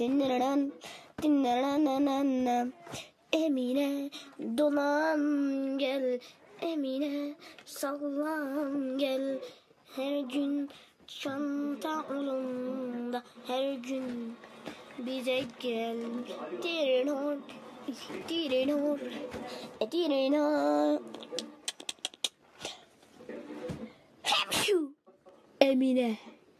Dinlenen, dinlenen. Emine dolan gel, Emine sallan gel. Her gün çanta yolunda, her gün bize gel. Direnor, direnor, direnor. Emine.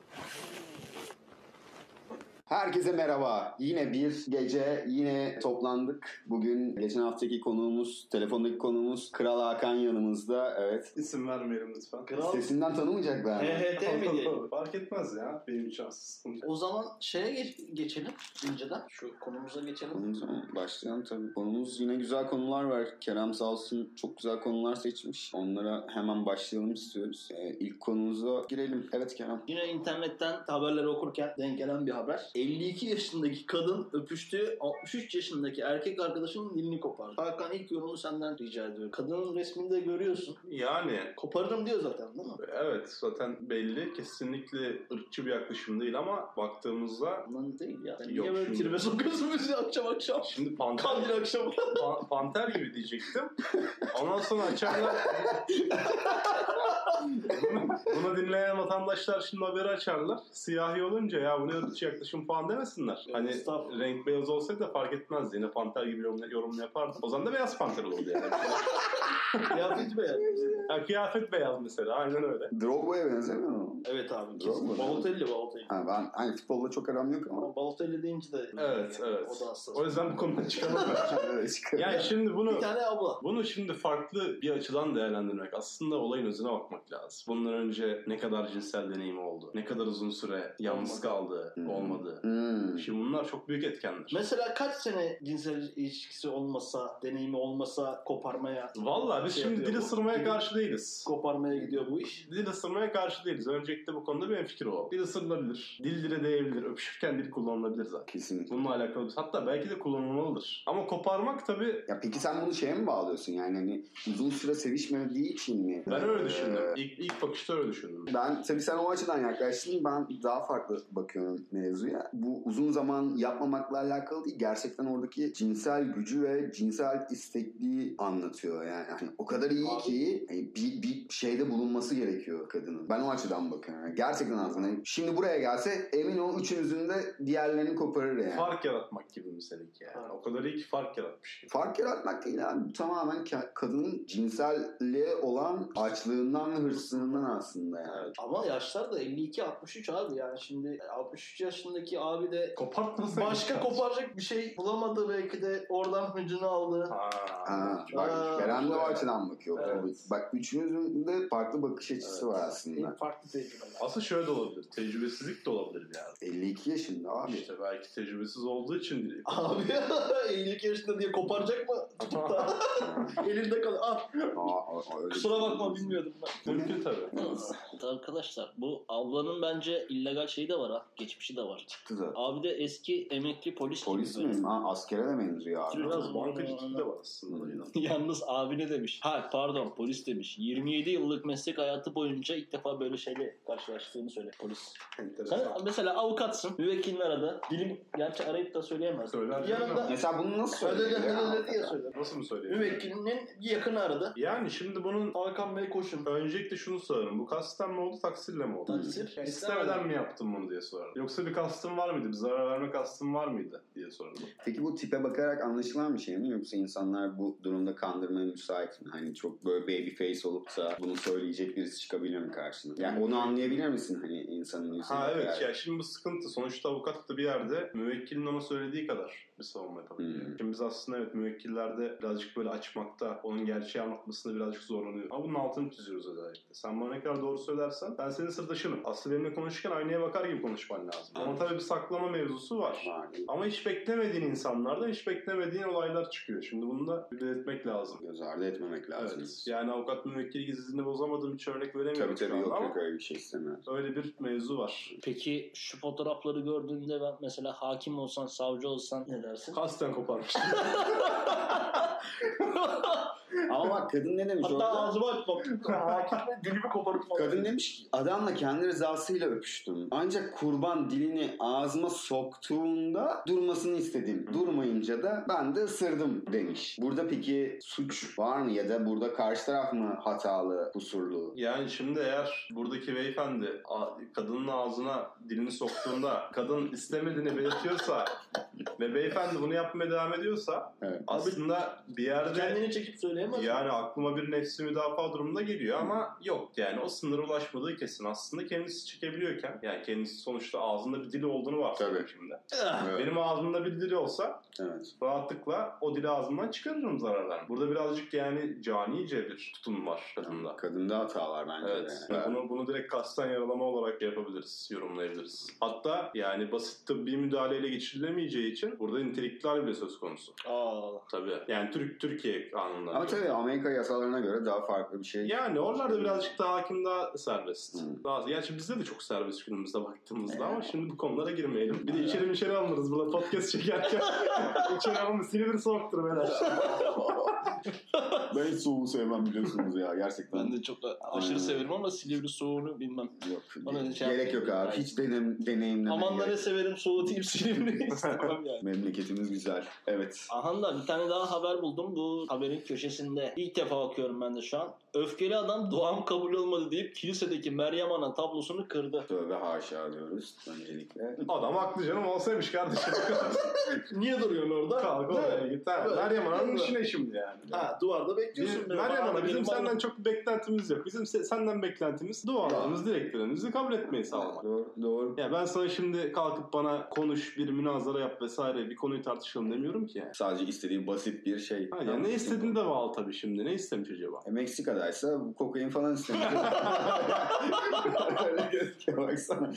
Herkese merhaba. Yine bir gece yine toplandık. Bugün geçen haftaki konuğumuz, telefondaki konuğumuz Kral Hakan yanımızda. Evet. İsim vermeyelim lütfen. Kral... Sesinden tanımayacaklar mı? HHT miydi? Fark etmez ya. Benim için sıkıntı. O zaman şeye geçelim. İnceden. Şu konumuza geçelim. Konumuza başlayalım tabii. Konumuz yine güzel konular var. Kerem sağ olsun çok güzel konular seçmiş. Onlara hemen başlayalım istiyoruz. İlk konumuza girelim. Evet Kerem. Yine internetten haberleri okurken denk gelen bir haber. 52 yaşındaki kadın öpüştüğü 63 yaşındaki erkek arkadaşının dilini kopardı. Hakan, ilk yorumu senden rica ediyorum. Kadının resmini de görüyorsun. Yani. Koparırım diyor zaten değil mi? Evet, zaten belli. Kesinlikle ırkçı bir yaklaşım değil ama baktığımızda... Bundan değil ya. Sen yok, niye böyle tribe sokuyorsun bizi akşam? Şimdi panter... Kandil akşamı. Panter gibi diyecektim. Ondan sonra açarlar... Bunu dinleyen vatandaşlar şimdi haberi açarlar. Siyahi olunca ya bu ne ırkçı yaklaşım falan demesinler. Hani renk beyaz olsaydı da fark etmezdi. Yine panter gibi yorumunu yapardım. O zaman da beyaz panter olurdu yani. Kıyafet beyaz. Ya, kıyafet beyaz mesela. Aynen öyle. Drogba'ya benzemiyor mu? Evet abi. Kesin. Balotelli. Ha, ben hani futbolla çok aram yok ama. Balotelli deyince de... Evet. O da hassas. O yüzden bu konuda çıkamam. Yani şimdi bunu... Bir tane abla. Bunu şimdi farklı bir açıdan değerlendirmek. Aslında olayın özüne bakmak lazım. Bundan önce ne kadar cinsel deneyimi oldu? Ne kadar uzun süre yalnız kaldı? Olmadı. Şimdi bunlar çok büyük etkenler. Mesela kaç sene cinsel ilişkisi olmasa, deneyimi olmasa koparmaya... Vallahi biz şimdi dil ısırmaya karşı değiliz. Koparmaya gidiyor bu iş. Dil ısırmaya karşı değiliz. Öncelikle bu konuda bir fikir olalım. Dil ısırılabilir. Dil dile değebilir. Öpüşürken dil kullanılabilir zaten. Kesinlikle. Bununla alakalı. Hatta belki de kullanılmalıdır. Ama koparmak tabii... Ya peki sen bunu şeye mi bağlıyorsun? Yani hani uzun süre sevişmediği için mi? Ben öyle düşündüm. İlk bakışta öyle düşündüm. Ben tabii sen o açıdan yaklaştın. Ben daha farklı bakıyorum mevzuya. Bu uzun zaman yapmamakla alakalı değil. Gerçekten oradaki cinsel gücü ve cinsel istekliği anlatıyor yani. Hani o kadar iyi ki hani bir şeyde bulunması gerekiyor kadının. Ben o açıdan bakıyorum. Yani gerçekten aslında. Yani şimdi buraya gelse emin ol üçünüzün de diğerlerini koparır yani. Fark yaratmak gibi meseleki yani. O kadar iyi ki fark yaratmış. Fark yaratmak değil abi. Tamamen kadının cinselliğe olan açlığından ve hırsından aslında yani. Evet. Ama yaşlar da 52-63 abi yani şimdi 63 yaşındaki abi de kopartmasın. Başka koparacak bir şey bulamadı belki de oradan hıncını aldı. Bak Kerem de o açıdan bakıyor. Evet. Bak üçünüzün de farklı bakış açısı var aslında. Farklı tecrübeler. Aslında şöyle de olabilir. Tecrübesizlik de olabilir yani. 52 yaşında abi. İşte belki tecrübesiz olduğu için değil. Abi 52 yaşında diye koparacak mı? Tutup da elinde kalıyor. Kusura bakma bilmiyordum ben. Mümkün tabii. Arkadaşlar bu ablanın bence illegal şeyi de var ha. Geçmişi de var. Çıktı zaten. Abi de eski emekli polis mi? Askere de benziyor abi. Biraz bankacılık da var aslında. Yalnız abi ne demiş? Pardon polis demiş. 27 yıllık meslek hayatı boyunca ilk defa böyle şeyle karşılaştığını söyle polis. Enteresan. Sen mesela avukatsın. Müvekkilin aradı. Dilim gerçi arayıp da söyleyemez. Söyler. Yanında mesela bunu nasıl söylüyor? diye söyler. Nasıl mı söyleyeyim? Müvekkilinin yakını aradı. Yani şimdi bunun Hakan Bey koşun. öncelikle şunu sorarım. Bu kasten mi oldu, taksirle mi oldu? Taksir. İstemeden mi yaptın bunu diye sorarım. Yoksa bir kastın var mıydı? Bir zarar verme kastın var mıydı diye sorarım. Peki bu tipe bakarak anlaşılan bir şey mi? Yoksa insanlar bu durumda kandırmaya müsait mi? Hani çok böyle baby face olup da bunu söyleyecek birisi çıkabilir mi karşına? Yani onu anlayabilir misin hani insanın yüzüne? Evet ya şimdi bu sıkıntı. Sonuçta avukat da bir yerde müvekkilin ona söylediği kadar bir savunma yapabiliyor. Şimdi biz aslında evet müvekkillerde birazcık böyle açmakta, onun gerçeği anlatmasında birazcık zorlanıyoruz. Ama bunun altını çiziyoruz özellikle. Sen bana ne kadar doğru söylersen ben senin sırdaşınım. Aslında benimle konuşurken aynaya bakar gibi konuşman lazım. Ama tabii bir saklama mevzusu var. Ama hiç beklemediğin insanlardan hiç beklemediğin olaylar çıkıyor. Şimdi bunu da belirtmek lazım. Göz ardı etmemek lazım. Evet. Yani avukat müvekkil gizliliğini bozamadığım için örnek veremiyorum. Tabii yok öyle bir şey istemiyorum. Öyle bir mevzu var. Peki şu fotoğrafları gördüğünde ben mesela hakim olsan, savcı olsan ne dersin? Kasten koparmıştım. Ama bak kadın ne demiş Hatta orada? ağzıma açmam. sakin ve dilimi koparıp falan. Kadın demiş ki adamla kendi rızasıyla öpüştüm. Ancak kurban dilini ağzıma soktuğunda durmasını istedim. Durmayınca da ben de ısırdım demiş. Burada peki suç var mı ya da burada karşı taraf mı hatalı, kusurlu? Yani şimdi eğer buradaki beyefendi kadının ağzına dilini soktuğunda kadın istemediğini belirtiyorsa ve beyefendi bunu yapmaya devam ediyorsa Evet. aslında bir yerde Kendini çekip söyleyemez. yani aklıma bir nefsi müdafaa durumunda geliyor ama yok yani o sınıra ulaşmadığı kesin. Aslında kendisi çekebiliyorken yani kendisi sonuçta ağzında bir dili olduğunu varsayıyorum şimdi. Evet. Benim ağzımda bir dili olsa Evet. rahatlıkla o dili ağzımdan çıkarırım zararlarını. Burada birazcık yani canice bir tutum var kadında. Kadında hata var bence Evet. de. Bunu direkt kasten yaralama olarak yapabiliriz, yorumlayabiliriz. Hatta yani basit tıbbi müdahaleyle geçirilemeyeceği için burada nitelikler bile söz konusu. Tabii. Yani Türkiye anlamında. Ama tabii Amerika yasalarına göre daha farklı bir şey. Yani oralarda birazcık daha hakim, daha serbest. Daha, gerçi bizde de çok serbest günümüzde baktığımızda ama şimdi bu konulara girmeyelim. Bir de içeri alırız burada podcast çekerken. İçeri alırız. Silivri soğuktur beyler. Ben hiç soğuğu sevmem biliyorsunuz ya gerçekten. Ben de çok aşırı severim ama Silivri soğuğunu bilmem. Yok. Ona Gerek yok abi. Hiç deneyimlemeye Aman da ne gerek. severim soğuğu deyip Silivri'yi istemem yani. Memleketimiz güzel. Evet. Aha da bir tane daha haber buldum. Bu haberin köşesinde. İlk defa bakıyorum ben de şu an. Öfkeli adam duam kabul olmadı deyip kilisedeki Meryem Ana tablosunu kırdı. Tövbe haşa diyoruz öncelikle. Adam haklı canım, olsaymış kardeşim. Niye duruyorsun orada? Kalk oraya git. Evet. Meryem Ana'nın işine şimdi yani. Ha, duvarda bekliyorsun. Meryem Ana bizim benim senden çok bir beklentimiz yok. Bizim senden beklentimiz dualarımız, dileklerimizi kabul etmeyi sağlamak. Doğru. Ya ben sana şimdi kalkıp bana konuş, bir münazara yap vesaire, bir konuyu tartışalım demiyorum ki yani. Sadece istediği basit bir şey. Ha, yani ne istediğini de bağlı tabii şimdi. Ne istemiş acaba? Meksika'daysa kokain falan istemiş. Öyle gözüküyor baksana.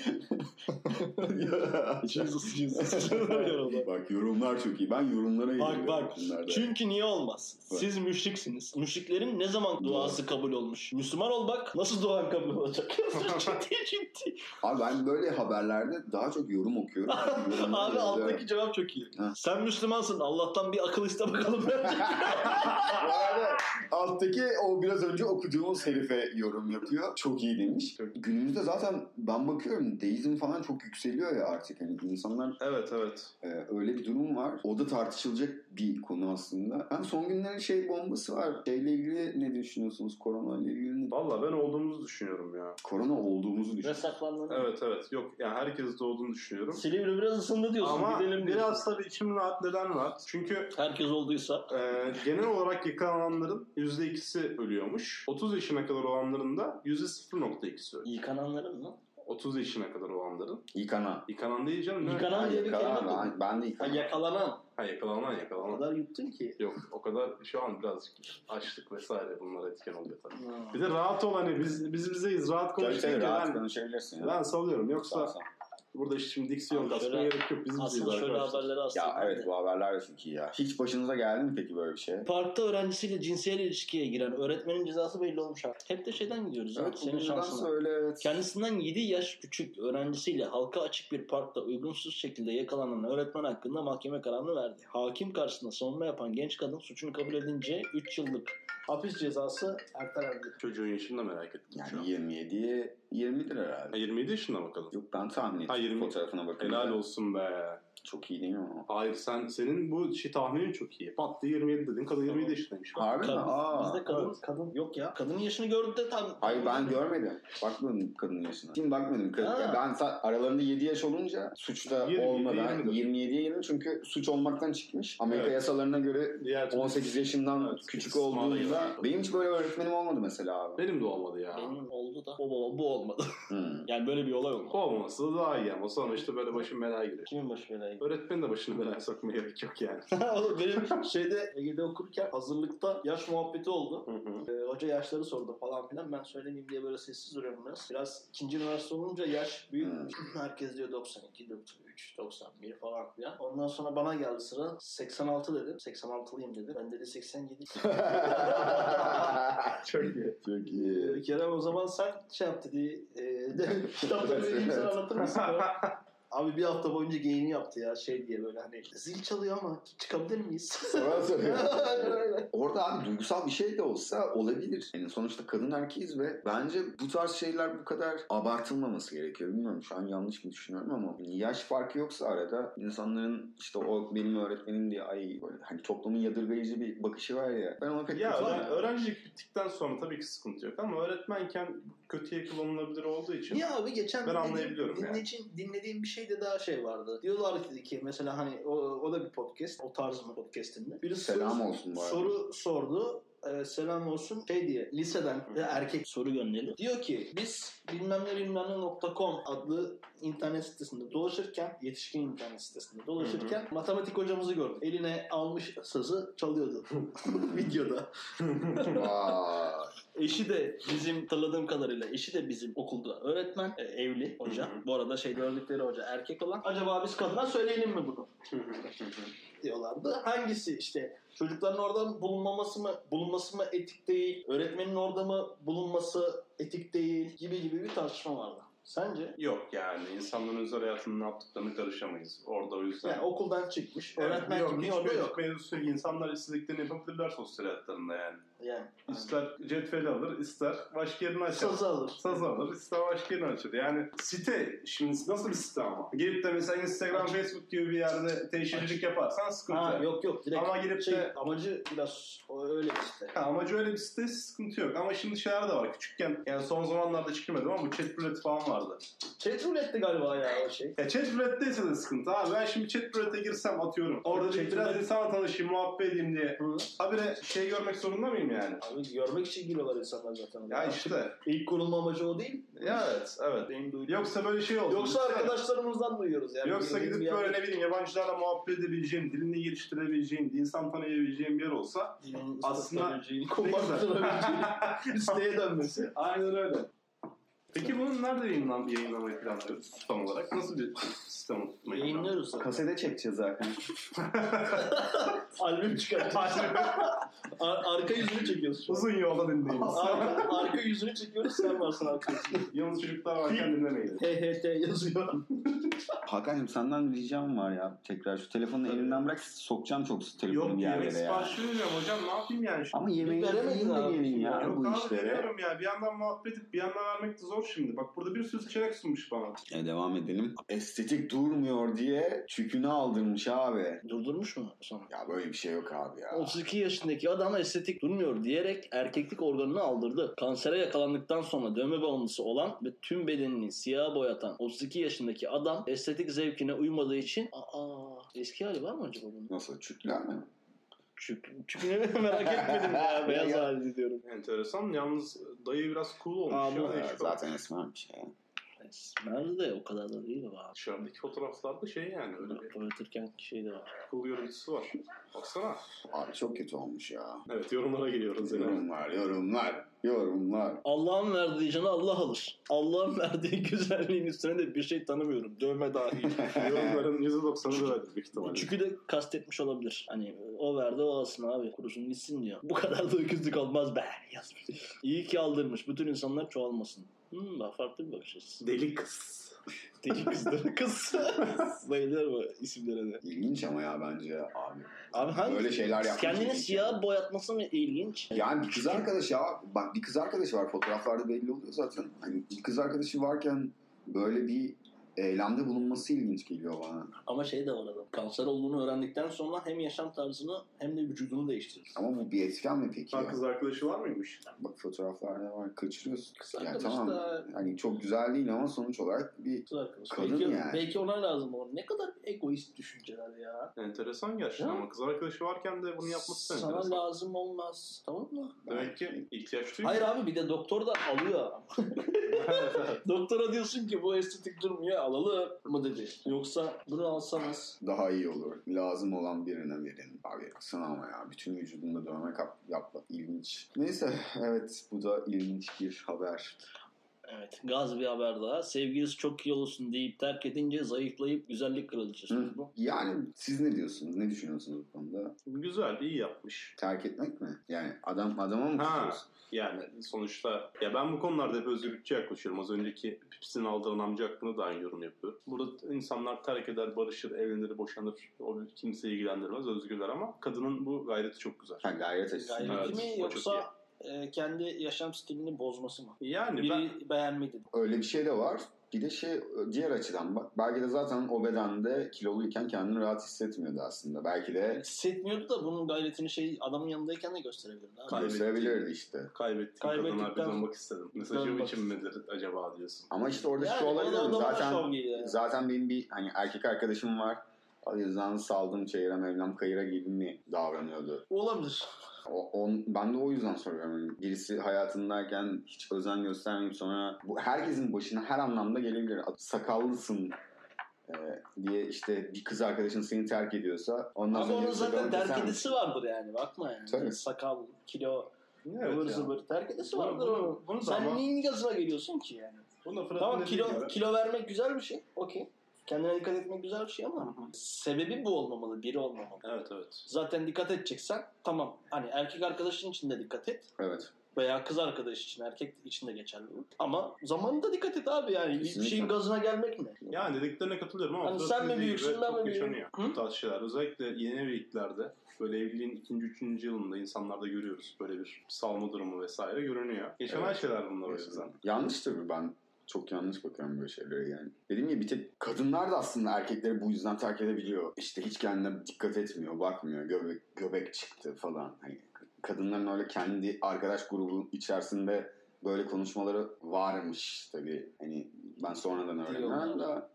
Jesus. Bak yorumlar çok iyi. Ben yorumlara geliyorum. Bak. Bunlarda. Çünkü niye olmaz? Bak. Siz müşriksiniz. Müşriklerin ne zaman duası kabul olmuş? Müslüman ol bak. Nasıl duan kabul olacak? ciddi. Abi ben böyle haberlerde daha çok yorum okuyorum. Yorumlara Abi yazıyorum. alttaki cevap çok iyi. Ha. Sen Müslümansın. Allah'tan bir akıl iste bakalım. Bu arada alttaki o biraz önce okuduğumuz herife yorum yapıyor. Çok iyi demiş. Günümüzde zaten ben bakıyorum deizm falan çok yükseliyor ya artık. Hani insanlar Evet. öyle bir durum var. O da tartışılacak bir konu aslında. Ben son günlerin bombası var. Şeyle ilgili ne düşünüyorsunuz? Korona ile ilgili ne? Valla ben olduğumuzu düşünüyorum ya. Korona olduğumuzu Ve düşünüyorum. saklandın. Evet. Yok yani herkes de olduğunu düşünüyorum. Silivri biraz ısındı diyorsun. Ama Gidelim diyorsun. biraz tabii içim rahat, neden rahat? Çünkü Herkes olduysa. genel olarak yakalananların %2'si ölüyormuş. 30 yaşına kadar olanların da %0.2'si ölüyor. Yıkananların mı? 30 yaşına kadar olanların. Yıkanan Değil canım. Yıkanan diye bir kelime duydum. Ben de Ha, yıkanan. yakalanan. Yakalanan. O kadar yuttun ki. Yok o kadar şu an birazcık açlık vesaire bunlar etken oluyor tabii. Ha. Bir de rahat ol hani biz bizeyiz rahat Tabii konuşayım ya rahat ben, konuşabilirsin. ya. ben salıyorum yoksa Sağ ol. burada şimdi diksiyon Abi kasmaya şöyle- gerek yok biz bizeyiz Aslında şöyle arkadaşlar. haberleri aslında. Ya evet bu haberler de çok iyi ya. Hiç başınıza geldi mi peki böyle bir şey? Parkta öğrencisiyle cinsel ilişkiye giren öğretmenin cezası belli olmuş abi. Hep de şeyden gidiyoruz. Evet Senin bundan şansına. söyle evet. Kendisinden 7 yaş küçük öğrencisiyle halka açık bir parkta uygunsuz şekilde yakalanan öğretmen hakkında mahkeme kararını verdi. Hakim karşısında savunma yapan genç kadın suçunu kabul edince 3 yıllık Hapis cezası ertelendi. Çocuğun yaşını da merak ettim şu an. Yani 27'ye 20'dir herhalde. 27 yaşında mı kadın? Yok ben tahmin ettim. Ha, 20. Fotoğrafına bakın. Helal olsun be. Çok iyi değil mi o? Hayır senin bu tahminin çok iyi. Pat diye 27 dedin. Kadın 27 yaşındaymış. Harbi mi? kadın. Bizde kadın, Evet. kadın yok ya. Kadının yaşını gördük de tam. Hayır ben görmedim. Bakmadım kadının yaşına. Şimdi bakmadım. Ha. Ben aralarında 7 yaş olunca suçta 27, olmadan 27. 27'ye 20 çünkü suç olmaktan çıkmış. Amerika Evet. yasalarına göre Diğer türlü- 18 yaşından Evet, küçük istismar olduğunda değil. benim hiç böyle öğretmenim olmadı mesela abi. Benim de olmadı ya. Benim oldu da bu olmadı. Hmm. Yani böyle bir olay olmadı. Olmaması da daha iyi ama sonra işte böyle başım belaya giriyor. Kimin başı belaya gidiyor? Öğretmenin de başını belaya sokmaya gerek yok yani. Oğlum benim şeyde Ege'de okurken hazırlıkta yaş muhabbeti oldu. Hoca yaşları sordu falan filan. Ben söylemeyeyim diye böyle sessiz duruyorum biraz. Biraz ikinci üniversite olunca yaş büyükmüş. Herkes diyor 92, 93, 91 falan filan. Ondan sonra bana geldi sıra. 86 dedim. 86'lıyım dedi. Ben dedi 87. Çok iyi. Çok iyi. Kerem o zaman sen şey yap dedi. Kitapları vereyim sen anlatır mısın? Abi bir hafta boyunca geyini yaptı ya şey diye böyle hani zil çalıyor ama çıkabilir miyiz? Sonra soruyor. Orada abi duygusal bir şey de olsa olabilir. Yani sonuçta kadın erkeğiz ve bence bu tarz şeyler bu kadar abartılmaması gerekiyor. Bilmiyorum şu an yanlış mı düşünüyorum ama yaş farkı yoksa arada insanların işte o benim öğretmenim diye ay böyle hani toplumun yadırgayıcı bir bakışı var ya. Ben ona pek katılmıyorum. Öğrencilik bittikten sonra tabii ki sıkıntı yok ama öğretmenken kötüye kullanılabilir olduğu için Ya abi geçen ben anlayabiliyorum dinlediğim bir şeyde daha şey vardı. Diyorlar ki mesela hani o da bir podcast. O tarz mı podcastinde. Birisi Selam olsun bu arada. soru sordu. Selam olsun şey diye liseden erkek Soru gönderi. diyor ki biz bilmem ne .com adlı internet sitesinde dolaşırken yetişkin internet sitesinde dolaşırken matematik hocamızı gördük. Eline almış sazı çalıyordu videoda. Vay. Eşi de bizim hatırladığım kadarıyla eşi de bizim okulda öğretmen, evli hoca. Bu arada gördükleri hoca erkek olan. Acaba biz kadına söyleyelim mi bunu? diyorlardı. Hangisi işte çocukların orada bulunması mı etik değil, öğretmenin orada mı bulunması etik değil gibi bir tartışma vardı. Sence? Yok yani insanların özel hayatının ne yaptıklarını karışamayız. Orada o yüzden. Yani okuldan çıkmış. Öğretmen yok, kimliği orada yok. Mevzusu insanlar istediklerini yapabilirler sosyal hayatlarında yani. Yani. İster cetveli alır, ister başka yerini açar. Sazı alır, ister başka yerini açar. Yani site, şimdi nasıl bir site ama? Gelip de mesela Instagram, Facebook gibi bir yerde teşhircilik yaparsan sıkıntı. Yok. Direkt ama gelip de amacı biraz öyle bir site. Amacı öyle bir site sıkıntı yok. Ama şimdi şeyler de var. Küçükken yani son zamanlarda çıkmadım ama bu chat roulette falan vardı. Chat roulette'ti galiba ya o şey. Ya chat roulette'deyse de sıkıntı abi. Ben şimdi chat roulette'e girsem atıyorum. Orada biraz insanla tanışayım, muhabbet edeyim diye. Habire görmek zorunda mıyım yani? Abi görmek için giriyorlar insanlar zaten. Ya işte. İlk kurulma amacı o değil. Ya evet. Yoksa böyle şey olsun. Yoksa arkadaşlarımızdan duyuyoruz yani. Yoksa gidip böyle ne bileyim yabancılarla muhabbet edebileceğim, dilini geliştirebileceğim, insan tanıyabileceğim bir yer olsa aslında listeye dönmesi. Aynen öyle. Peki bunu nerede yayınlamayı planlıyoruz tam olarak? Nasıl bir sistem tutmayı Yayınlıyoruz zaten. Kasete çekeceğiz zaten. Albüm çıkartacağız. Arka yüzünü çekiyoruz. Uzun yolda dinleyiniz. Arka yüzünü çekiyoruz, sen varsın arka yüzünü. Yalnız çocuklar varken dinlemeyin. THT yazıyor. Hakan'cığım senden bir ricam var ya. Tekrar şu telefonu elimden bırak, sokacağım çok telefonu bir yerlere ya. Yok sipariş vereceğim hocam, ne yapayım yani? Ama yemeği veremedin de gelin ya Yok bu abi, işlere. veriyorum ya. Bir yandan muhabbet edip bir yandan vermek de zor şimdi. Bak burada bir sürü seçenek sunmuş bana. Devam edelim. Estetik durmuyor diye çükünü aldırmış abi. Durdurmuş mu sonra? Ya böyle bir şey yok abi ya. 32 yaşındaki adam estetik durmuyor diyerek erkeklik organını aldırdı. Kansere yakalandıktan sonra dövme bağımlısı olan ve tüm bedenini siyaha boyatan 32 yaşındaki adam estetik zevkine uymadığı için eski hali var mı acaba bunun? Nasıl, çükler mi? Çükünü merak etmedim ya. Beyaz hali diyorum. Enteresan. Yalnız dayı biraz cool olmuş. Aa, bu Zaten esmermiş ya. Esmer de o kadar da değil var. Dışarıdaki fotoğraflarda yani öyle bir Oynatırken şey de var. cool görüntüsü var. Baksana. Abi çok kötü olmuş ya. Evet, yorumlara geliyoruz. Yorumlar. Allah'ın verdiği canı Allah alır. Allah'ın verdiği güzelliğin üstüne de bir şey tanımıyorum. Dövme dahil. Yorumların %90'ı da verdi büyük ihtimalle. Çünkü de kastetmiş olabilir. Hani o verdi o alsın abi. Kurusun gitsin diyor. Bu kadar da öküzlük olmaz be. Yazmış. İyi ki aldırmış. Bütün insanlar çoğalmasın. Bak farklı bir bakış açısı. Deli kız. Deli kızdır kız. Bayılır mı isimlere de? İlginç ama ya bence abi. Abi hangi? Böyle şeyler yapmak Kendini ilginç siyah yani. boyatması mı ilginç? Yani bir kız arkadaş ya. Bak bir kız arkadaşı var. Fotoğraflarda belli oluyor zaten. Hani bir kız arkadaşı varken böyle bir eylemde bulunması ilginç geliyor bana. Ama şey de var adam. Kanser olduğunu öğrendikten sonra hem yaşam tarzını hem de vücudunu değiştirir. Ama bu bir etken mi peki ya? Kız arkadaşı var mıymış? Bak fotoğraflarda var. Kaçırıyorsun. Kız Yani arkadaş tamam. da- Hani çok güzel değil ama sonuç olarak bir Kız arkadaş. kadın Belki, yani. belki ona lazım o. Ne kadar egoist düşünceler ya. Enteresan gerçekten ama kız arkadaşı varken de bunu yapması da Sana enteresan. lazım olmaz. Tamam mı? Demek ki ihtiyaç duyuyor. Hayır abi bir de doktor da alıyor. Doktora diyorsun ki bu estetik durmuyor alalım mı dedi. Yoksa bunu alsanız. daha iyi olur. Lazım olan birine verin. Abi baksana ama ya. Bütün vücudunda dövme yapmak ilginç. Neyse evet bu da ilginç bir haber. Evet. Gaz bir haber daha. Sevgilisi çok kilolusun deyip terk edince zayıflayıp güzellik kraliçesi bu. Yani siz ne diyorsunuz? Ne düşünüyorsunuz bu konuda? Güzel, iyi yapmış. Terk etmek mi? Yani adama mı Ha, tutuyorsun? yani sonuçta ya ben bu konularda hep özgürlükçü yaklaşıyorum. Az önceki Pips'in aldıran amca hakkında da aynı yorum yapıyor. Burada insanlar terk eder, barışır, evlenir, boşanır. O kimseyi ilgilendirmez, özgürler ama kadının bu gayreti çok güzel. Ha, gayret açısından. Gayreti Evet, mi o çok yoksa kendi yaşam stilini bozması mı? Yani Biri beğenmedi. Öyle bir şey de var. Bir de diğer açıdan bak. Belki de zaten o bedende kiloluyken kendini rahat hissetmiyordu aslında. Belki de Hissetmiyordu da bunun gayretini adamın yanındayken de gösterebilirdi. Abi. gösterebilirdi işte. kaybettiğin kadınlar bir Kaybettikten- dönmek istedim. Mesajı Dönmek için midir acaba diyorsun. Ama işte orada Yani şu olabilir o da mi? bana şov geliyor yani. Zaten benim bir hani erkek arkadaşım var. O yüzden saldım çayıra mevlam kayıra gibi mi davranıyordu? Olabilir. Ben de o yüzden soruyorum. Yani birisi hayatındayken hiç özen göstermeyip sonra bu herkesin başına her anlamda gelebilir. Sakallısın diye işte bir kız arkadaşın seni terk ediyorsa ondan Ama sonra onun zaten sakalını terk keser misin? edisi vardır yani. Bakma yani. Tabii. Sakal, kilo, Evet ıvır ya. zıvır. Terk edisi vardır Bunu- onun. bunu da Sen ama- neyin gazına geliyorsun ki yani? Bunu da Fırat'ın Tamam dediği gibi- kilo vermek güzel bir şey. Okey. Kendine dikkat etmek güzel bir şey ama Hı hı. sebebi bu olmamalı. Biri olmamalı. Evet. Zaten dikkat edeceksen tamam. Hani erkek arkadaşın için de dikkat et. Evet. Veya kız arkadaş için, erkek için de geçerli bu. Ama zamanında dikkat et abi yani. Hiçbir Kesinlikle. şeyin gazına gelmek mi? Yani dediklerine katılıyorum ama Hani Fırat sen mi dediği büyüksün, gibi ben çok mi büyüğüm? yaşanıyor Hı? bu tarz şeyler. Özellikle yeni evliliklerde böyle evliliğin 2. 3. yılında insanlarda görüyoruz. Böyle bir salma durumu vesaire görünüyor. Yaşanan Evet. şeyler bunlar o yüzden. Yanlış tabii, ben çok yanlış bakıyorum böyle şeylere yani. Dediğim gibi bir tek kadınlar da aslında erkekleri bu yüzden terk edebiliyor. İşte hiç kendine dikkat etmiyor, bakmıyor, göbek çıktı falan. Hani kadınların öyle kendi arkadaş grubu içerisinde böyle konuşmaları varmış tabii. Hani ben sonradan öğreniyorum da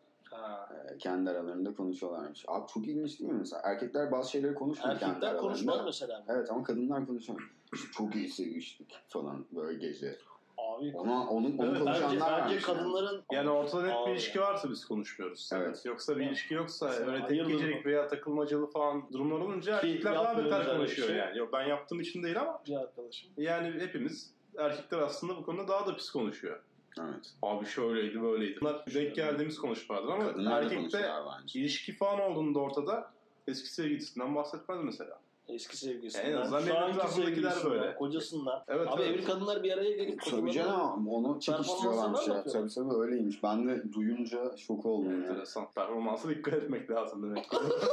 kendi aralarında konuşuyorlarmış. Abi çok ilginç değil mi mesela? Erkekler bazı şeyleri konuşmuyor kendi Erkekler aralarında. konuşmaz mesela. Evet ama kadınlar konuşuyor. İşte çok iyi seviştik falan böyle gece. Abi Onu Evet, konuşanlar bence varmış kadınların Yani ortada net Abi. bir ilişki varsa biz konuşmuyoruz. Evet. Yoksa bir ilişki yoksa Mesela öyle tek hayırdır gecelik veya takılmacalı falan durumlar olunca Ki erkekler daha yapmıyoruz beter öyle konuşuyor bir şey. yani. Yok ben yaptığım için değil ama bir arkadaşım. yani hepimiz erkekler aslında bu konuda daha da pis konuşuyor. Evet. Abi şöyleydi böyleydi. Bunlar denk geldiğimiz konuşmalardır ama Kadınlar da erkekte konuşuyorlar bence. ilişki falan olduğunda ortada eski sevgilisinden bahsetmez mesela. Eski sevgilisinden. En azından şu benim anki etrafımdakiler sevgilisinden, böyle. kocasından. Evet, Abi evet. evli kadınlar bir araya gelip Tabii canım onu çekiştiriyorlarmış ya. Performansından Tabii öyleymiş. Ben de duyunca şok oldum ya. Enteresan. Performansa dikkat etmek lazım demek ki.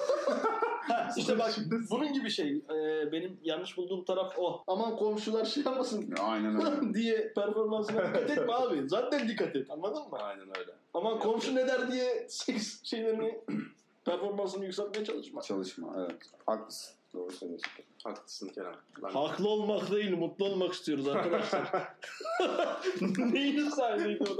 İşte bak bunun gibi şey. Benim yanlış bulduğum taraf o. Aman komşular şey yapmasın Aynen öyle. diye performansına dikkat etme abi. Zaten dikkat et. Anladın mı? Aynen öyle. Aman komşu ne der diye seks şeylerini performansını yükseltmeye çalışma. Çalışma evet. Haklısın. Doğru söylüyorsun. Haklısın Kerem. Ben... Haklı olmak değil, mutlu olmak istiyoruz arkadaşlar. Neyin sahibiydi o da?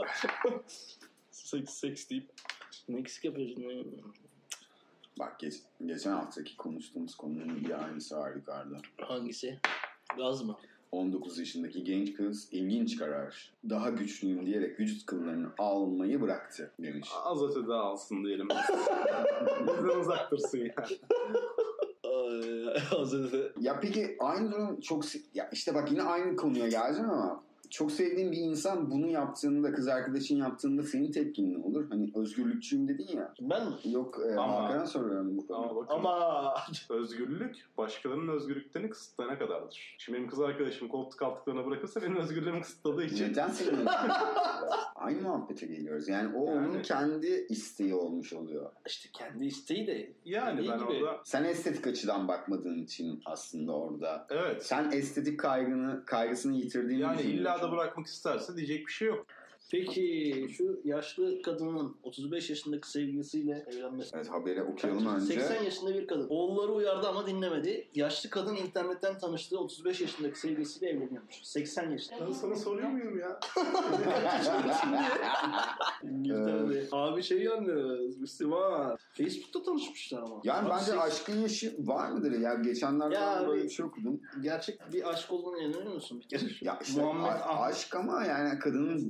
Seks deyip ne eksik yapıyorsun? Bak geçen haftaki konuştuğumuz konunun bir aynısı var yukarıda. Hangisi? Gaz mı? 19 yaşındaki genç kız ilginç karar. Daha güçlüyüm diyerek vücut kıllarını almayı bıraktı demiş. Az ötede alsın diyelim. Bizden uzak dursun yani. Az önce. Ya peki aynı durum ya işte bak yine aynı konuya geleceğim ama çok sevdiğin bir insan bunu yaptığında, kız arkadaşın yaptığında senin tepkin ne olur? Hani özgürlükçüyüm dedin ya. Ben mi? Yok Ama- Hakan'a soruyorum bu Ama konuda. bakın Ama özgürlük başkalarının özgürlüklerini kısıtlayana kadardır. Şimdi benim kız arkadaşım koltuk altlıklarına bırakırsa benim özgürlüğümü kısıtladığı için. Neden senin aynı muhabbete geliyoruz. Yani o Yani. onun kendi isteği olmuş oluyor. işte kendi isteği de Yani dediği ben gibi. orada Sen estetik açıdan bakmadığın için aslında orada. evet. Sen estetik kaygısını yitirdiğini Yani illa düşünüyorsun. da bırakmak isterse diyecek bir şey yok. Peki şu yaşlı kadının 35 yaşındaki sevgilisiyle evlenmesi. Evet haberi okuyalım önce. 80 yaşında bir kadın. Oğulları uyardı ama dinlemedi. Yaşlı kadın internetten tanıştığı 35 yaşındaki sevgilisiyle evleniyormuş. 80 yaşında. Ben sana soruyor muyum ya? İngiltere'de. Abi şey yalnız Müslüman. Facebook'ta tanışmışlar ama. Yani Abi bence seks- aşkın yaşı var mıdır? Ya geçenlerde Ya ben böyle abi- bir şey okudum. Gerçek bir aşk olduğunu inanıyor musun bir kere? Ya işte Muhammed aşk ama yani kadının gerçekten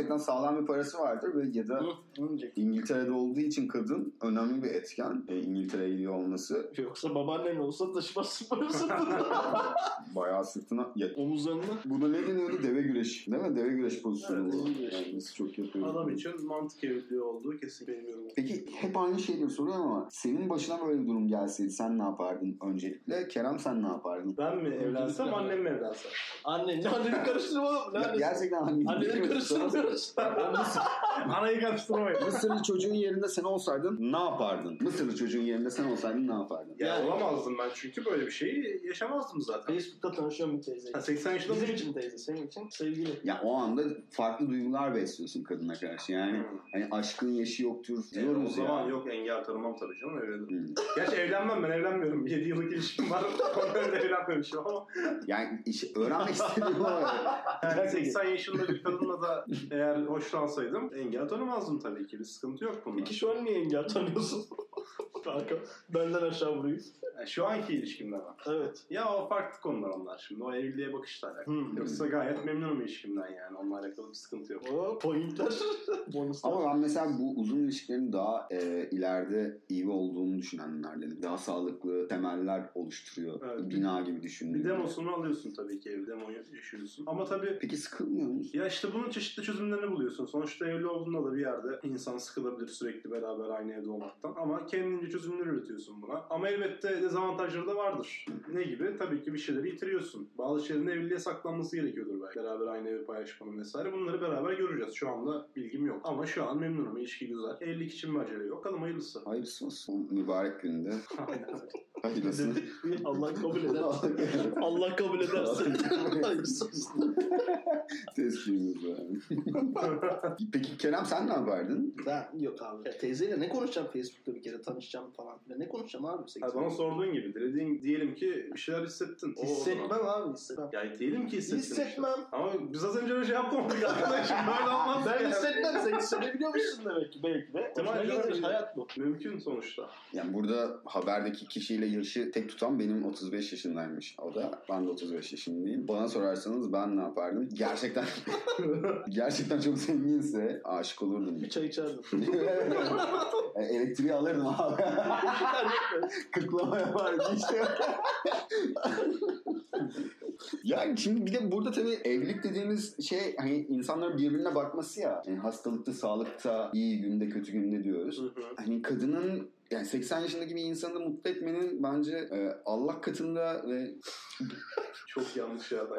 gerçekten sağlam bir parası vardır ve ya da İngiltere'de olduğu için kadın önemli bir etken. İngiltere'ye gidiyor olması. Yoksa babaannen olsa taşımazsın parasını. Bayağı sırtına... Omuzlarını. Buna ne deniyordu? Deve güreşi. Değil mi? Deve güreş pozisyonu. Evet, bu. deve güreşi. Yani biz çok yapıyoruz. Adam için mantık evliliği olduğu kesin bilmiyorum. Peki hep aynı şeyleri soruyorum ama senin başına böyle bir durum gelseydi sen ne yapardın öncelikle? Kerem sen ne yapardın? Ben mi evlensem, annem mi evlensem? Anneni karıştırmadım. Ya, gerçekten Anneleri karıştırmıyoruz. Anayı karıştırmayın. Mısırlı çocuğun yerinde sen olsaydın ne yapardın? Mısırlı çocuğun yerinde sen olsaydın ne yapardın? Ya Yani- olamazdım ben çünkü böyle bir şeyi yaşamazdım zaten. Facebook'ta tanışıyorum bir teyzeyle. Ha, 80 yaşında Bizim için teyze, senin için sevgili. Ya o anda farklı duygular besliyorsun kadına karşı. Yani hani aşkın yaşı yoktur O diyoruz zaman ya. yok, engel tanımam tabii canım, evlenirim. Hmm. Gerçi evlenmem, ben evlenmiyorum. 7 yıllık ilişkim var. Ondan da evlenmemişim ama. Yani öğrenmek istediğim o. Yani 80 yaşında bir kadınla da eğer hoşlansaydım engel tanımazdım tabii ki. Bir sıkıntı yok bunda. Peki şu an niye engel tanıyorsun? Kanka benden aşağı vuruyor. Yani şu anki ilişkimden var. Evet. Ya o farklı konular onlar şimdi. O evliliğe bakışla alakalı. Yoksa gayet memnunum ilişkimden yani. Onunla alakalı bir sıkıntı yok. O pointler. Bonuslar. Ama ben mesela bu uzun ilişkilerin daha ileride iyi olduğunu düşünenlerdenim. Daha sağlıklı temeller oluşturuyor. Evet. Bina gibi düşündüğümde. Bir demosunu alıyorsun tabii ki, evde demoyu yaşıyorsun. Ama tabii Peki sıkılmıyor musun? ya işte bunun çeşitli çözümlerini buluyorsun. Sonuçta evli olduğunda da bir yerde insan sıkılabilir sürekli beraber aynı evde olmaktan. Ama kendince çözümler üretiyorsun buna. Ama elbette dezavantajları da vardır. Ne gibi? Tabii ki bir şeyleri yitiriyorsun. Bazı şeylerin evliliğe saklanması gerekiyordur belki. Beraber aynı evi paylaşmanın vesaire. Bunları beraber göreceğiz. Şu anda bilgim yok. Ama şu an memnunum. İlişki güzel. Evlilik için bir acele yok. Bakalım hayırlısı. Hayırlısı olsun. Bu mübarek günde. Aynen. Hayırlısı. Allah kabul eder. Allah kabul ederse. Hayırlısı olsun. Tespihimiz var. Peki Kerem sen ne yapardın? Ben yok abi. Ya, teyzeyle ne konuşacağım Facebook'ta bir kere tanışacağım falan. Ya, ne konuşacağım abi? Ha, bana sorduğun gibi. Diyelim ki bir şeyler hissettin. O Hissetmem zaman. abi hissetmem. Ya diyelim ki hissettin. Hissetmem. Işte. Ama biz az önce öyle şey yapmadık arkadaşım. Böyle olmaz. Ben yani. hissetmem. Sen hissedebiliyormuşsun demek ki belki de. Tamam, Hoşuna canım. gelir. Hayat bu. Mümkün sonuçta. Yani burada haberdeki kişiyle yaşı tek tutan benim 35 yaşındaymış. O da ben de 35 yaşındayım. Bana sorarsanız ben ne yapardım? Gerçekten çok zenginse aşık olurdum. Bir çay içerdim. Elektriği alırdım abi. Kıklama yapardım işte. Yani şimdi bir de burada tabii evlilik dediğimiz şey hani insanların birbirine bakması ya. Yani hastalıkta, sağlıkta, iyi günde, kötü günde diyoruz. Hani kadının yani 80 yaşındaki bir insanı mutlu etmenin bence Allah katında ve Çok yanlış ya.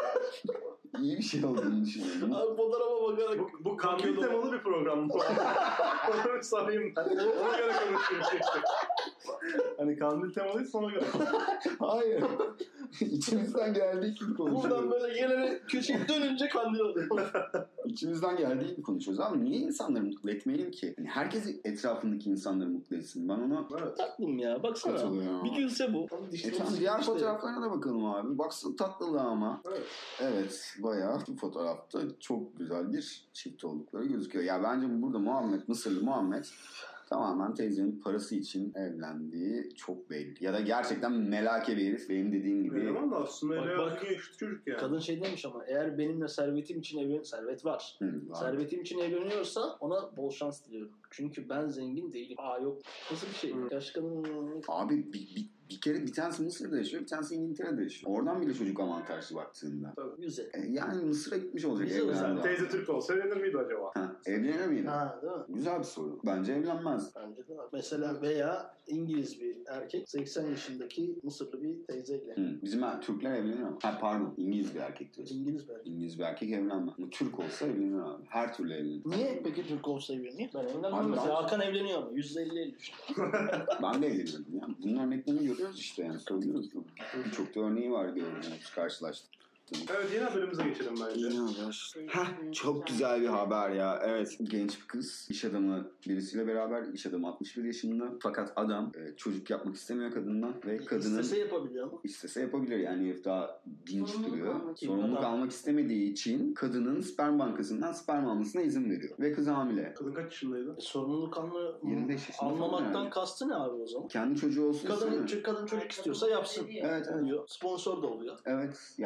iyi bir şey olduğunu düşünüyorum. Abi fotoğrafa bakarak. Bu kandil temalı bir program bu. Onu bir sarayım ben. Ona göre konuşuyoruz işte. Hani kandil temalıysa ona göre. Hayır. İçimizden geldiği gibi Buradan konuşuyoruz. böyle gelene köşeyi dönünce kandil alıyor. İçimizden geldiği gibi konuşuyoruz abi. Niye insanları mutlu etmeyelim ki? Yani herkes etrafındaki insanları mutlu etsin. Ben ona Evet. Tatlım ya baksana. katılıyorum. Bir gülse bu. Tamam, diğer fotoğraflarına da bakalım abi. Baksın tatlılığa ama. Evet. Evet, bayağı bu fotoğrafta çok güzel bir çift oldukları gözüküyor. Ya bence burada Mısırlı Muhammed tamamen teyzenin parası için evlendiği çok belli. Ya da gerçekten melake bir herif benim dediğim gibi. Eleman da aslında Bak, öyle bak. yaşlı çocuk yani. Kadın şey demiş ama eğer benimle servetim için servet var. Var. Servetim için evleniyorsa ona bol şans diliyorum. Çünkü ben zengin değilim. Aa yok. Nasıl bir şey? Yaşlı kadın. Abi bir kere bir tanesi Mısır'da yaşıyor, bir tanesi İngiltere'de yaşıyor. Oradan bile çocuk avantajlı baktığında. Güzel. Yani Mısır'a gitmiş olacak. Güzel evlendi zaten. abi. Teyze Türk olsa evlenir miydi acaba? Ha, evlenir miydi? Ha değil mi? Güzel bir soru. Bence evlenmez. Bence de var. Mesela veya İngiliz bir erkek 80 yaşındaki Mısırlı bir teyzeyle. Bizim Türkler evlenir ama. Ha pardon, İngiliz bir erkek diyorsun. İngiliz bir erkek. İngiliz bir erkek evlenmez. Ama Türk olsa evlenir abi. Her türlü evlenir. Niye peki Türk olsa evleniyor? Ben evlenmem Abi mesela. ben- Hakan evleniyor mu? %50-50 işte. Ben de evlenirdim ya. Bunun örneklerini görüyoruz işte yani söylüyoruz. Birçok da örneği var gördüğümüz, karşılaştık. Evet, yeni haberimize geçelim bence. Yeni haber. Çok güzel bir haber ya. Evet, genç bir kız iş adamı birisiyle beraber, iş adamı 61 yaşında. Fakat adam çocuk yapmak istemiyor kadından ve kadının İstese yapabiliyor mu? istese yapabilir. Yani herif daha dinç Sorumluluk duruyor. almak için Sorumluluk adam- almak istemediği için kadının sperm bankasından sperm almasına izin veriyor. Ve kız hamile. Kadın kaç yaşındaydı? Sorumluluk 25 yaşında falan almamaktan yani. kastı ne abi o zaman? Kendi çocuğu olsun Kadın istemiyor. çocuk istiyorsa yapsın. Evet, evet. Oluyor. Sponsor da oluyor. Evet. Yani belli bir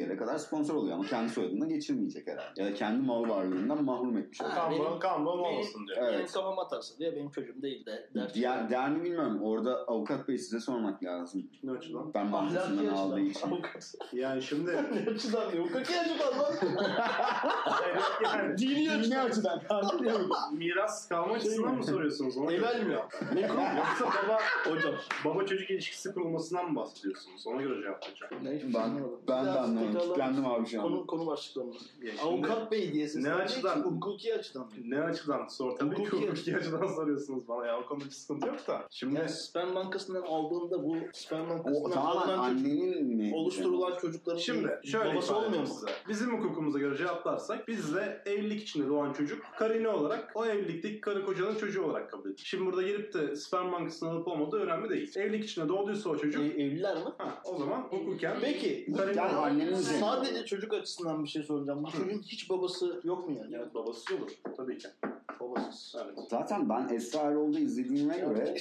yere kadar sponsor oluyor ama kendi soyadını geçirmeyecek herhalde. Ya da kendi mal varlığından mahrum etmiş oluyor. Kan bağım olmasın diyor. Benim kafam atarsa diye benim çocuğum değil de. Der mi bilmiyorum. Orada avukat bey size sormak lazım. Ne açıdan? Ben bankasından aldığı için. Yani şimdi Ne açıdan diyor? Hukuki açıdan lan. yani, Dini açıdan. miras kalma açısından mı soruyorsunuz? Ona Evvel mi? Ne konu? Yoksa baba çocuk ilişkisi kurulmasından mı bahsediyorsunuz? Ona göre cevap vereceğim. Ben de anlamadım. Kitlendim abi şu an. Konu başlıklarını. Şimdi Avukat bey diye siz ne açıdan? Hukuki açıdan. Ne açıdan sor? Tabii ki hukuki açıdan soruyorsunuz bana ya. O konuda bir sıkıntı yok da. Şimdi Yani sperm bankasından aldığında bu sperm O bankasından tamamen alınan annenin mi? oluşturulan çocukların Şimdi şöyle babası ifade olmuyor edeyim mu? size. Bizim hukukumuza göre cevaplarsak bizde evlilik içinde doğan çocuk karine olarak o evlilikteki karı kocanın çocuğu olarak kabul edilir. Şimdi burada gelip de sperm bankasının alıp olmadığı önemli değil. Evlilik içinde doğduysa o çocuk Evliler mi? o zaman hukuken Peki karine Yani olarak annenin üzerine. sadece çocuk açısından bir şey soracağım. Bu çocuğun hiç babası yok mu yani? evet, babası olur tabii ki. Babasız. Evet. Zaten ben Esra Erol'da izlediğime göre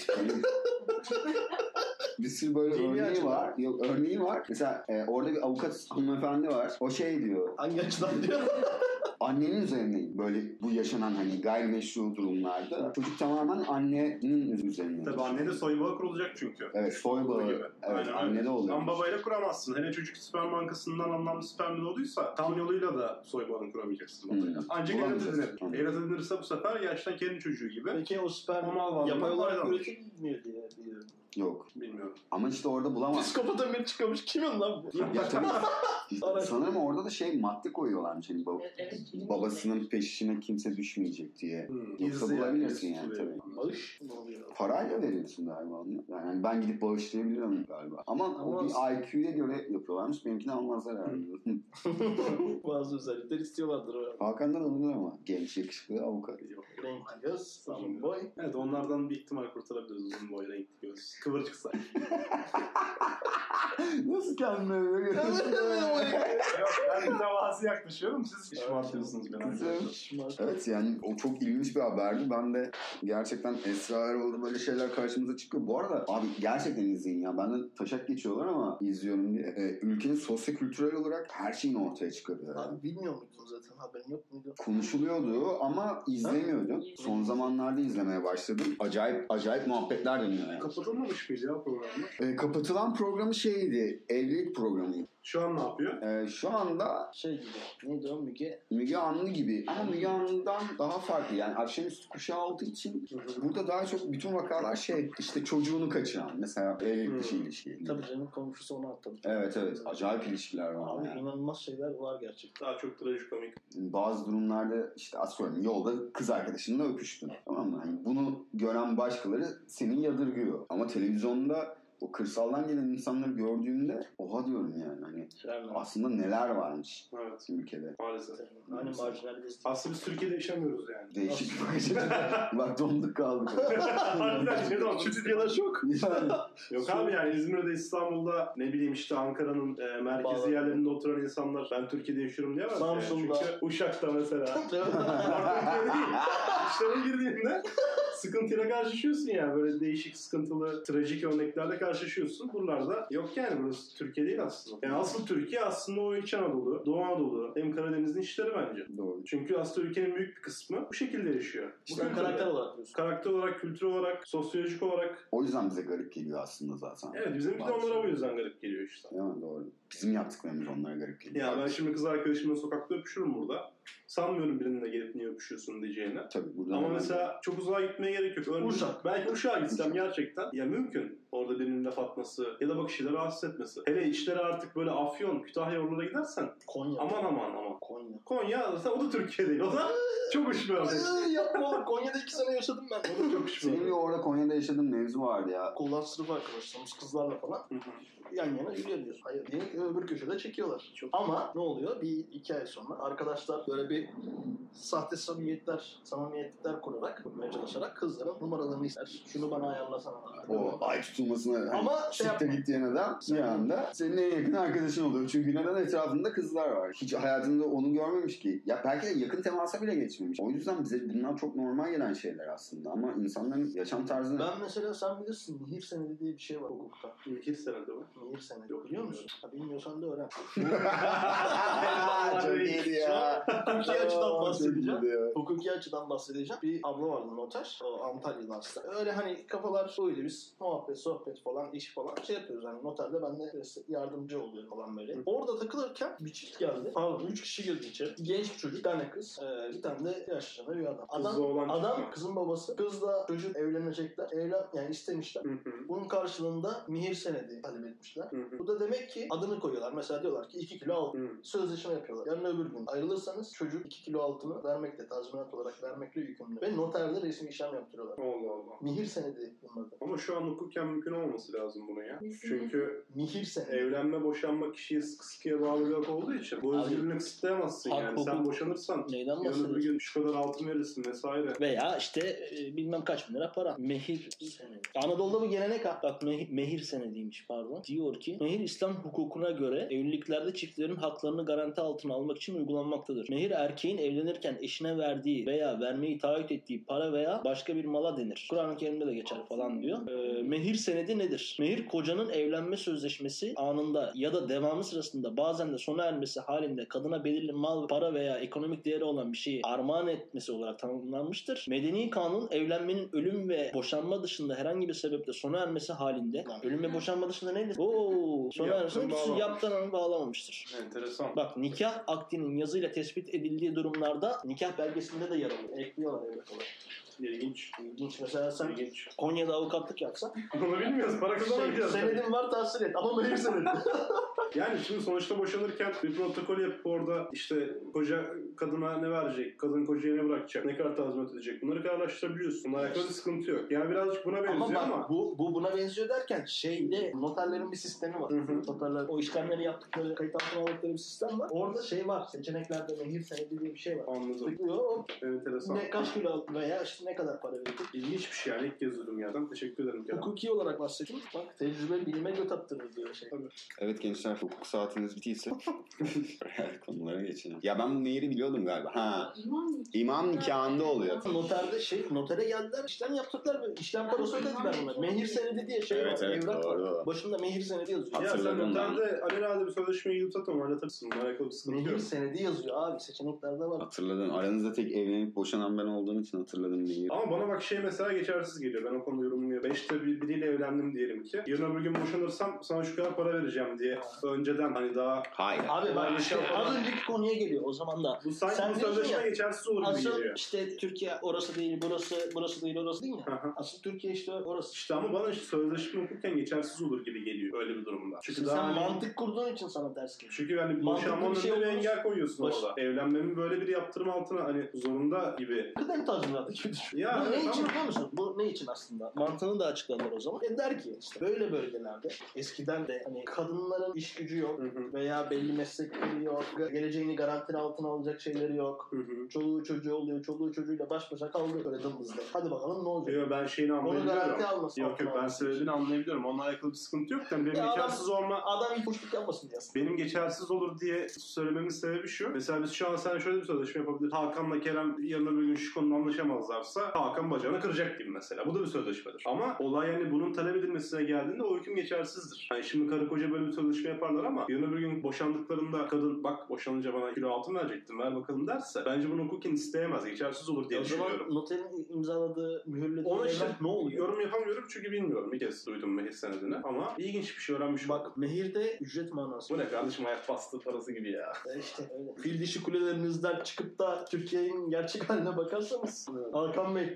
bir sürü böyle Dini örneği açıdan. var. Yok örneği var. Mesela orada bir avukat hanımefendi var. O şey diyor. Hangi açıdan diyor? Annenin üzerine böyle bu yaşanan hani gayrimeşru durumlarda çocuk tamamen annenin üzerine. Tabii anne de soy bağı kurulacak çünkü. Evet soy bağı. Gibi. Evet Aynen anne öyle. de oluyor. Ama babayla kuramazsın. Hele çocuk sperm bankasından anlamlı spermle doğduysa tam yoluyla da soy bağını kuramayacaksın babayla. Ancak evlat Bulamayacağız. edinir. Tamam. Evlat edinirse bu sefer gerçekten kendi çocuğu gibi. Peki o sperm Mal varlığından yapay olarak faydalanır. üretilmiyor diye biliyorum. Yok. Bilmiyorum. Ama işte orada bulamaz. Psikopata bir çıkmış. Kimin lan bu? Ya tabii. Sanırım orada da madde koyuyorlarmış. Hani babasının peşine kimse düşmeyecek diye. Yoksa Gizli bulabilirsin yani, yani gizli tabii. Bağış ne oluyor? Parayla veriyorsun galiba onu. Yani hani ben gidip bağışlayabilirim galiba. Ama o bir IQ'ya göre yapıyorlarmış. Benimkini almazlar herhalde. Bazı özellikler istiyorlardır o. Hakan'dan alınır ama. Genç, yakışıklı avukat. Yok. Renkli göz, uzun boy. Evet onlardan bir ihtimal kurtarabiliriz uzun boy renkli göz. Kıvırcık saç. Nasıl kendine öyle Yok ben mütevazi yaklaşıyorum. Siz şımartıyorsunuz beni. Evet yani o çok ilginç bir haberdi. Ben de gerçekten Esra Erol'da böyle şeyler karşımıza çıkıyor. Bu arada abi gerçekten izleyin ya. Ben de taşak geçiyorlar ama izliyorum diye. Ülkenin sosyo-kültürel olarak her şeyin ortaya çıkarıyor. Yani. Abi bilmiyor muydun zaten? Haberin yok muydu? Konuşuluyordu ama izlemiyordum. Son zamanlarda izlemeye başladım. Acayip muhabbetler dönüyor yani. Kapatılmamış mıydı ya programda? Kapatılan programı şeydi. Evlilik programıydı. Şu an ne yapıyor? Şu anda Şey gibi. Neydi o Müge? Müge Anlı gibi ama Müge Anlı'dan daha farklı. Yani akşamüstü kuşağı olduğu için burada daha çok bütün vakalar işte çocuğunu kaçıran. Mesela evlilik dışı ilişki. Tabii canım komşusu onu atladı. Evet. Acayip ilişkiler var. Abi Yani. inanılmaz şeyler var gerçekten. Daha çok trajikomik. Bazı durumlarda işte atıyorum yolda kız arkadaşınla öpüştün. Tamam mı? Yani bunu gören başkaları seni yadırgıyor. Ama televizyonda o kırsaldan gelen insanları gördüğümde oha diyorum yani. Hani aslında neler varmış Evet. ülkede. Maalesef. Hani marjinaliz. Aslında biz Türkiye'de yaşamıyoruz yani. Değişik bir bakış açısı. Bak donduk kaldık. Türkiye'de şok. Yani. Yok abi yani İzmir'de, İstanbul'da ne bileyim işte Ankara'nın merkezi yerlerinde oturan insanlar ben Türkiye'de yaşıyorum diyemez. Samsun'da. Yani. Çünkü Uşak'ta mesela. Türkiye değil. İşlere girdiğinde sıkıntıyla karşılaşıyorsun yani. Böyle değişik, sıkıntılı, trajik örneklerle karşılaşıyorsun. Buralarda yok yani. Burası Türkiye değil aslında. Yani asıl Türkiye aslında o İç Anadolu, Doğu Anadolu, hem Karadeniz'in işleri bence. Doğru. Çünkü aslında ülkenin büyük bir kısmı bu şekilde yaşıyor. İşte karakter olarak diyorsun. Karakter olarak, kültür olarak, sosyolojik olarak. O yüzden bize garip geliyor aslında zaten. Evet bizimki de onlara o yüzden garip geliyor işte. Evet doğru. Bizim yaptıklarımız onlara garip geliyor. Ya ben şimdi kız arkadaşımla sokakta öpüşürüm burada. Sanmıyorum birinin de gelip niye öpüşüyorsun diyeceğini. Tabii burada Ama mesela çok uzağa gitmeye gerek yok. Örneğin, Uşak. Belki Uşak'a gitsem gerçekten ya mümkün. Orada birinin laf atması ya da bakışıyla rahatsız etmesi. Hele içleri artık böyle Afyon, Kütahya oralara gidersen Konya. aman. Konya. Konya o da Türkiye değil. O da çok uç bir örnek. Yapma oğlum. Konya'da 2 sene yaşadım ben. O da çok uç bir senin bir örnek. orada Konya'da yaşadığın mevzu vardı ya. Okuldan sınıf arkadaşlarımız kızlarla falan yan yana yürüyoruz. Hayır diye öbür köşede çekiyorlar. Ama ne oluyor? Bir 2 ay sonra arkadaşlar böyle bir sahte samimiyetler kurarak, bulmaya çalışarak kızların numaralarını ister. Şunu bana ayarlasana. O ay tutulmasına hani Ama şey siktir yapma. git diyen adam bir anda senin en yakın arkadaşın oluyor. Çünkü neden etrafında kızlar var. Hiç hayatında onu görmemiş ki. Ya belki de yakın temasa bile geçmemiş. O yüzden bize bunlar çok normal gelen şeyler aslında. Ama insanların yaşam tarzını... Ben mesela sen bilirsin mihir senedi diye bir şey var hukukta. Mihir senedi mi? Mihir senedi. Yok biliyor musun? Ha, bilmiyorsan da öğren. Çok iyiydi ya. Hukuki açıdan bahsedeceğim. Çok iyiydi ya. Hukuki açıdan bahsedeceğim. Bir abla vardı noter. O Antalya'da aslında. Öyle hani kafalar öyle biz muhabbet, sohbet falan, iş falan şey yapıyoruz. Hani noterde ben de yardımcı oluyorum falan böyle. Orada takılırken bir çift geldi. Pardon 3 kişi girdi içeri. Genç bir çocuk, bir tane kız, bir tane de yaşlı bir adam. Kızla olan Adam çift mi? kızın babası. Kızla çocuk evlenecekler. Yani istemişler. Bunun karşılığında mihir senedi talep etmişler. Bu da demek ki adını koyuyorlar. Mesela diyorlar ki 2 kilo altın. Sözleşme yapıyorlar. Yarın öbür gün ayrılırsanız çocuk 2 kilo altını vermekle, tazminat olarak vermekle yükümlü. Ve noterde resmi işlem yaptırıyorlar. Allah Allah. Mihir senedi bunun adı. Ama şu an hukuken mümkün olması lazım bunun ya. Çünkü Mihir senedi. evlenme, boşanma kişiyi sıkıya bağlı bir hak olduğu için bu özgürlüğünü kısıtlayamazsın hak, yani. Sen hukuk. boşanırsan Neyden yarın bir bahsediyorsun? gün şu kadar altın verirsin vesaire. Veya işte bilmem kaç bin lira para. Mehir senedi. Anadolu'da bu gelenek ha. Bak mehir senediymiş pardon. Diyor ki mehir İslam hukukuna göre evliliklerde çiftlerin haklarını garanti altına almak için uygulanmaktadır. Mehir erkeğin evlenirken eşine verdiği veya vermeyi taahhüt ettiği para veya başka bir mala denir. Kur'an-ı Kerim'de de geçer falan diyor. Mehir senedi nedir? Mehir kocanın evlenme sözleşmesi anında ya da devamı sırasında bazen de sona ermesi halinde kadına belirli mal, para veya ekonomik değeri olan bir şeyi armağan etmesi olarak tanımlanmıştır. Medeni kanun evlenmenin ölüm ve boşanma dışında herhangi bir sebeple sona ermesi halinde ölüm ve boşanma dışında nedir? Sona Yaptığını ermesi bağlamamış. yaptığını bağlamamıştır. Enteresan. Bak nikah akdinin yazıyla tespit edildiği durumlarda nikah belgesinde de yer alıyor. Ekliyorlar evet olarak. İlginç. İlginç. Mesela sen İlginç. Konya'da avukatlık yapsan Bunu bilmiyoruz. Para kazanamayacağız. senedin var tahsil et ama mehir senedi. Yani şimdi sonuçta boşanırken bir protokol yapıp orada işte koca kadına ne verecek, kadın kocaya ne bırakacak, ne kadar tazminat edecek bunları kararlaştırabiliyorsun. Bununla alakalı bir sıkıntı yok. Yani birazcık buna benziyor Ama ama. bak bu buna benziyor derken şeyde noterlerin bir sistemi var. Noterler o işlemleri yaptıkları, kayıt altına aldıkları bir sistem var. Orada şey var. Seçeneklerde mehir senedi diye bir şey var. Anladım. Tıklıyor. Enteresan. Kaç kilo veya işte ne kadar para verecek. İlginç bir şey yani. İlk kez duydum yerden. Teşekkür ederim Kerem. Hukuki olarak bahsedeyim. Bak tecrübe bilime göt attırır diyor şey. Evet gençler hukuk saatiniz bittiyse konulara geçelim. Ya ben bu mehiri biliyordum galiba. Ha. İmam nikahında oluyor. Noterde notere geldiler, işlem yaptılar ve işlem parası ödediler bunlar. Mehir senedi diye şey Evet, var. evet, evrak doğru. var. Başında mehir senedi yazıyor. Ya sen Hatırladım ben. noterde alelade bir sözleşmeyi yutat ama anlatırsın. Bununla alakalı bir sıkıntı Mehir yok. senedi yazıyor abi. Seçeneklerde var. Hatırladım. Aranızda tek evlenip boşanan ben olduğum için hatırladım mehiri. Ama bana bak şey mesela geçersiz geliyor. Ben o konuda yorumluyorum. Ben işte biriyle evlendim diyelim ki. Yarın öbür gün boşanırsam sana şu kadar para vereceğim diye önceden hani daha... Hayır. Abi bak işte Şey az önceki konuya geliyor o zaman da. Bu sanki Sen bu diyorsun sözleşme ya, geçersiz olur gibi asıl geliyor. işte Türkiye orası değil, burası değil, orası değil ya. Hı hı. Asıl Türkiye işte orası. İşte ama bana işte sözleşme okurken geçersiz olur gibi geliyor öyle bir durumda. Çünkü Sen daha hani- mantık kurduğun için sana ters geliyor. Çünkü yani Mantıklı boşanmanın bir şey önüne bir olmaz. engel koyuyorsun orada. Evlenmemin böyle bir yaptırım altına hani zorunda gibi. Kıdem tazminatı gibi düşün. Ya Bu ne evet için ama- biliyor musun? Bu ne için aslında? Mantığını da açıklarlar o zaman. Der ki işte böyle bölgelerde eskiden de hani kadınların iş gücü yok Hı hı. veya belli meslekleri yok. Geleceğini garantili altına alacak şeyleri yok. Hı hı. Çoluğu çocuğu oluyor. Çoluğu çocuğuyla baş başa kaldı böyle dımdızda. Hadi bakalım ne olacak? Yok ben şeyini Onu anlayabiliyorum. garanti almasın. Yok yok ben söylediğini anlayabiliyorum. Onunla alakalı bir sıkıntı yok. Yani benim Ya geçersiz olma... Adam hiç boşluk yapmasın diyorsun. Benim geçersiz olur diye söylememin sebebi şu. Mesela biz şu an sen şöyle bir sözleşme yapabiliriz. Hakan'la Kerem yarın öbür gün şu konuda anlaşamazlarsa Hakan bacağını kıracak gibi mesela. Bu da bir sözleşmedir. Ama olay yani bunun talep edilmesine geldiğinde o hüküm geçersizdir. Yani şimdi karı koca böyle bir sözleşme yaparlar ama yarın öbür gün boşandıklarında kadın bak boşanınca bana kilo altın verecektin ver bakalım derse bence bunu hukuken isteyemez. Geçersiz olur diye O zaman düşünüyorum. noterin imzaladığı, mühürlediği Onu işte evrak ne oluyor? yorum yapamıyorum çünkü bilmiyorum. Bir kez duydum mehir senedini ama ilginç bir şey öğrenmiş oldum. Bak mehirde ücret manası. Bu ne kardeşim hayat bastı parası gibi ya. İşte öyle. Fil dişi kulelerinizden çıkıp da Türkiye'nin gerçek haline bakarsanız Hakan Bey